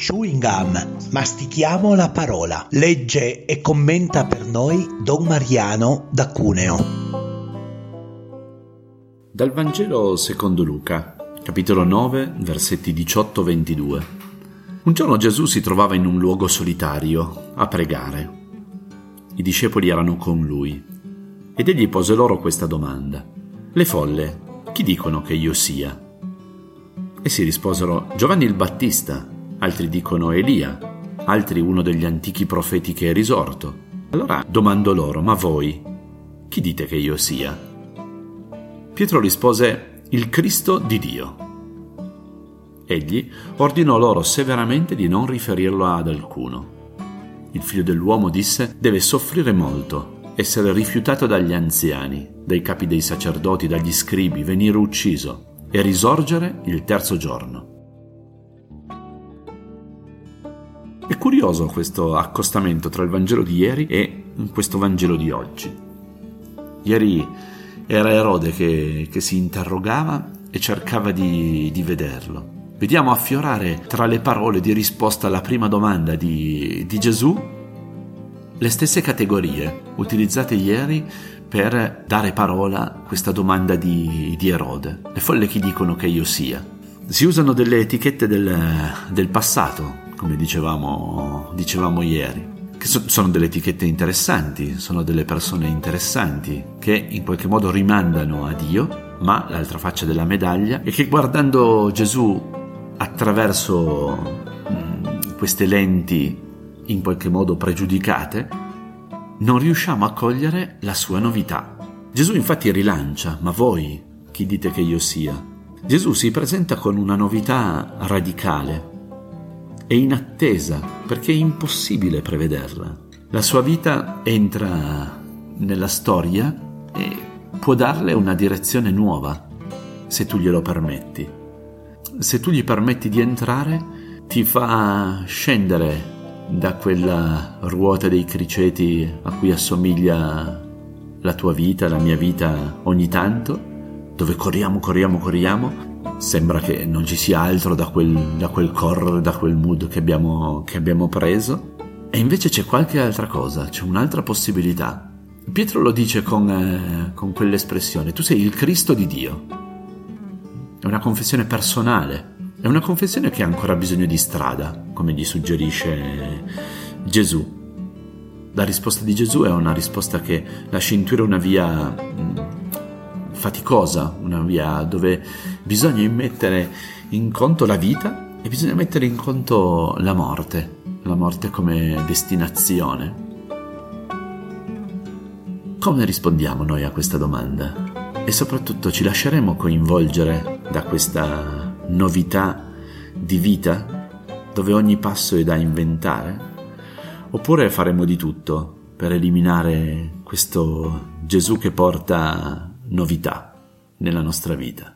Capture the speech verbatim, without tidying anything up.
chewing gum, mastichiamo la parola. Legge e commenta per noi Don Mariano da Cuneo. Dal Vangelo secondo Luca, capitolo nove, versetti diciotto ventidue. Un giorno Gesù si trovava in un luogo solitario a pregare. I discepoli erano con lui ed egli pose loro questa domanda: le folle, chi dicono che io sia? Essi risposero: Giovanni il Battista, altri dicono Elia, altri uno degli antichi profeti che è risorto. Allora domandò loro: ma voi, chi dite che io sia? Pietro rispose: il Cristo di Dio. Egli ordinò loro severamente di non riferirlo ad alcuno. Il figlio dell'uomo, disse, deve soffrire molto, essere rifiutato dagli anziani, dai capi dei sacerdoti, dagli scribi, venire ucciso e risorgere il terzo giorno. È curioso questo accostamento tra il Vangelo di ieri e questo Vangelo di oggi. Ieri era Erode che, che si interrogava e cercava di, di vederlo. Vediamo affiorare tra le parole di risposta alla prima domanda di, di Gesù le stesse categorie utilizzate ieri per dare parola a questa domanda di, di Erode. Le folle chi dicono che io sia? Si usano delle etichette del, del passato, come dicevamo, dicevamo ieri, che so, sono delle etichette interessanti, sono delle persone interessanti che in qualche modo rimandano a Dio, ma l'altra faccia della medaglia è che guardando Gesù attraverso mh, queste lenti in qualche modo pregiudicate, non riusciamo a cogliere la sua novità. Gesù infatti rilancia: ma voi chi dite che io sia? Gesù si presenta con una novità radicale e inattesa, perché è impossibile prevederla. La sua vita entra nella storia e può darle una direzione nuova, se tu glielo permetti. Se tu gli permetti di entrare, ti fa scendere da quella ruota dei criceti a cui assomiglia la tua vita, la mia vita ogni tanto, dove corriamo, corriamo, corriamo. Sembra che non ci sia altro da quel, da quel correre, da quel mood che abbiamo, che abbiamo preso. E invece c'è qualche altra cosa, c'è un'altra possibilità. Pietro lo dice con, eh, con quell'espressione: tu sei il Cristo di Dio. È una confessione personale. È una confessione che ha ancora bisogno di strada, come gli suggerisce Gesù. La risposta di Gesù è una risposta che lascia intuire una via mh, faticosa, una via dove bisogna mettere in conto la vita e bisogna mettere in conto la morte, la morte come destinazione. Come rispondiamo noi a questa domanda? E soprattutto ci lasceremo coinvolgere da questa novità di vita dove ogni passo è da inventare? Oppure faremo di tutto per eliminare questo Gesù che porta novità nella nostra vita?